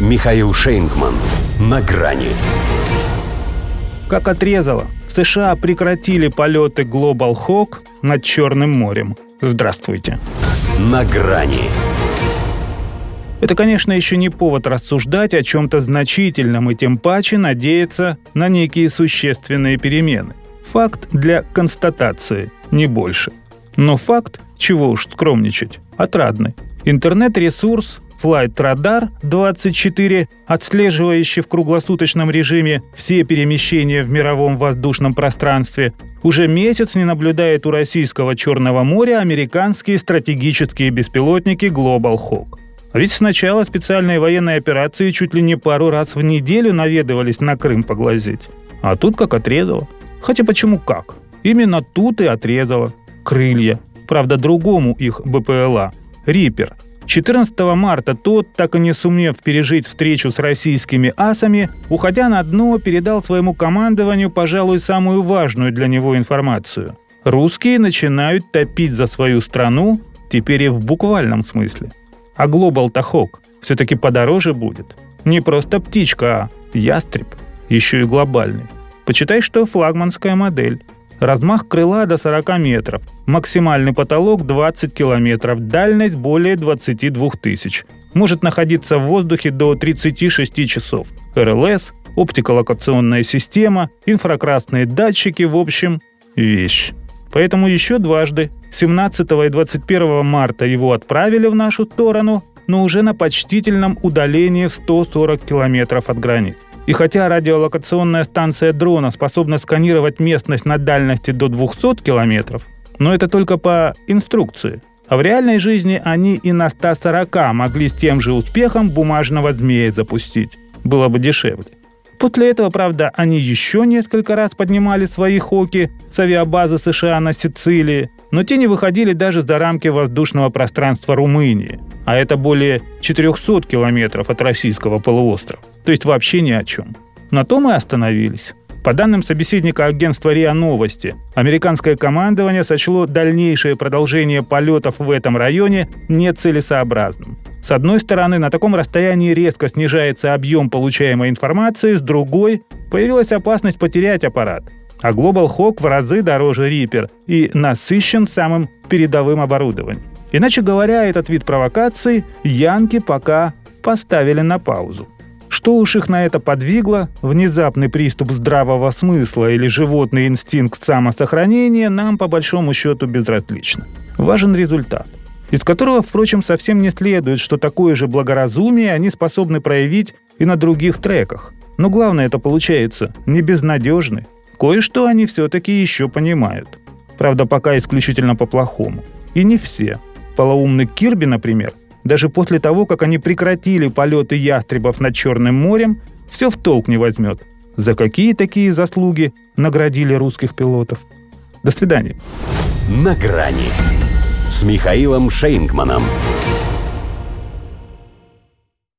Михаил Шейнгман. На грани. Как отрезало, США прекратили полеты Global Hawk над Черным морем. Здравствуйте. На грани. Это, конечно, еще не повод рассуждать о чем-то значительном и тем паче надеяться на некие существенные перемены. Факт для констатации, не больше. Но факт, чего уж скромничать, отрадный. Интернет-ресурс Flight Radar 24, отслеживающий в круглосуточном режиме все перемещения в мировом воздушном пространстве, уже месяц не наблюдает у российского Черного моря американские стратегические беспилотники Global Hawk. А ведь с начала специальной военной операции чуть ли не пару раз в неделю наведывались на Крым поглазеть. А тут как отрезало. Хотя почему как? Именно тут и отрезало. Крылья. Правда, другому их БПЛА. Риппер. 14 марта тот, так и не сумев пережить встречу с российскими асами, уходя на дно, передал своему командованию, пожалуй, самую важную для него информацию. Русские начинают топить за свою страну, теперь и в буквальном смысле. А Global Hawk все-таки подороже будет. Не просто птичка, а ястреб, еще и глобальный. Почитай, что флагманская модель. Размах крыла до 40 метров, максимальный потолок 20 километров, дальность более 22 тысяч. Может находиться в воздухе до 36 часов. РЛС, оптико-локационная система, инфракрасные датчики, в общем, вещь. Поэтому еще дважды, 17 и 21 марта его отправили в нашу сторону, но уже на почтительном удалении в 140 километров от границ. И хотя радиолокационная станция дрона способна сканировать местность на дальности до 200 километров, но это только по инструкции. А в реальной жизни они и на 140 могли с тем же успехом бумажного змея запустить. Было бы дешевле. После этого, правда, они еще несколько раз поднимали свои Хоки с авиабазы США на Сицилии, но те не выходили даже за рамки воздушного пространства Румынии, а это более 400 километров от российского полуострова. То есть вообще ни о чем. На том и остановились. По данным собеседника агентства РИА Новости, американское командование сочло дальнейшее продолжение полетов в этом районе нецелесообразным. С одной стороны, на таком расстоянии резко снижается объем получаемой информации, с другой – появилась опасность потерять аппарат. А Global Hawk в разы дороже Reaper и насыщен самым передовым оборудованием. Иначе говоря, этот вид провокаций янки пока поставили на паузу. Что уж их на это подвигло, внезапный приступ здравого смысла или животный инстинкт самосохранения, нам по большому счету безразлично. Важен результат, из которого, впрочем, совсем не следует, что такое же благоразумие они способны проявить и на других треках. Но главное это получается не безнадежны. Кое-что они все-таки еще понимают. Правда, пока исключительно по-плохому. И не все. Полоумный Кирби, например, даже после того, как они прекратили полеты ястребов над Черным морем, все в толк не возьмет. За какие такие заслуги наградили русских пилотов? До свидания. На грани с Михаилом Шейнгманом.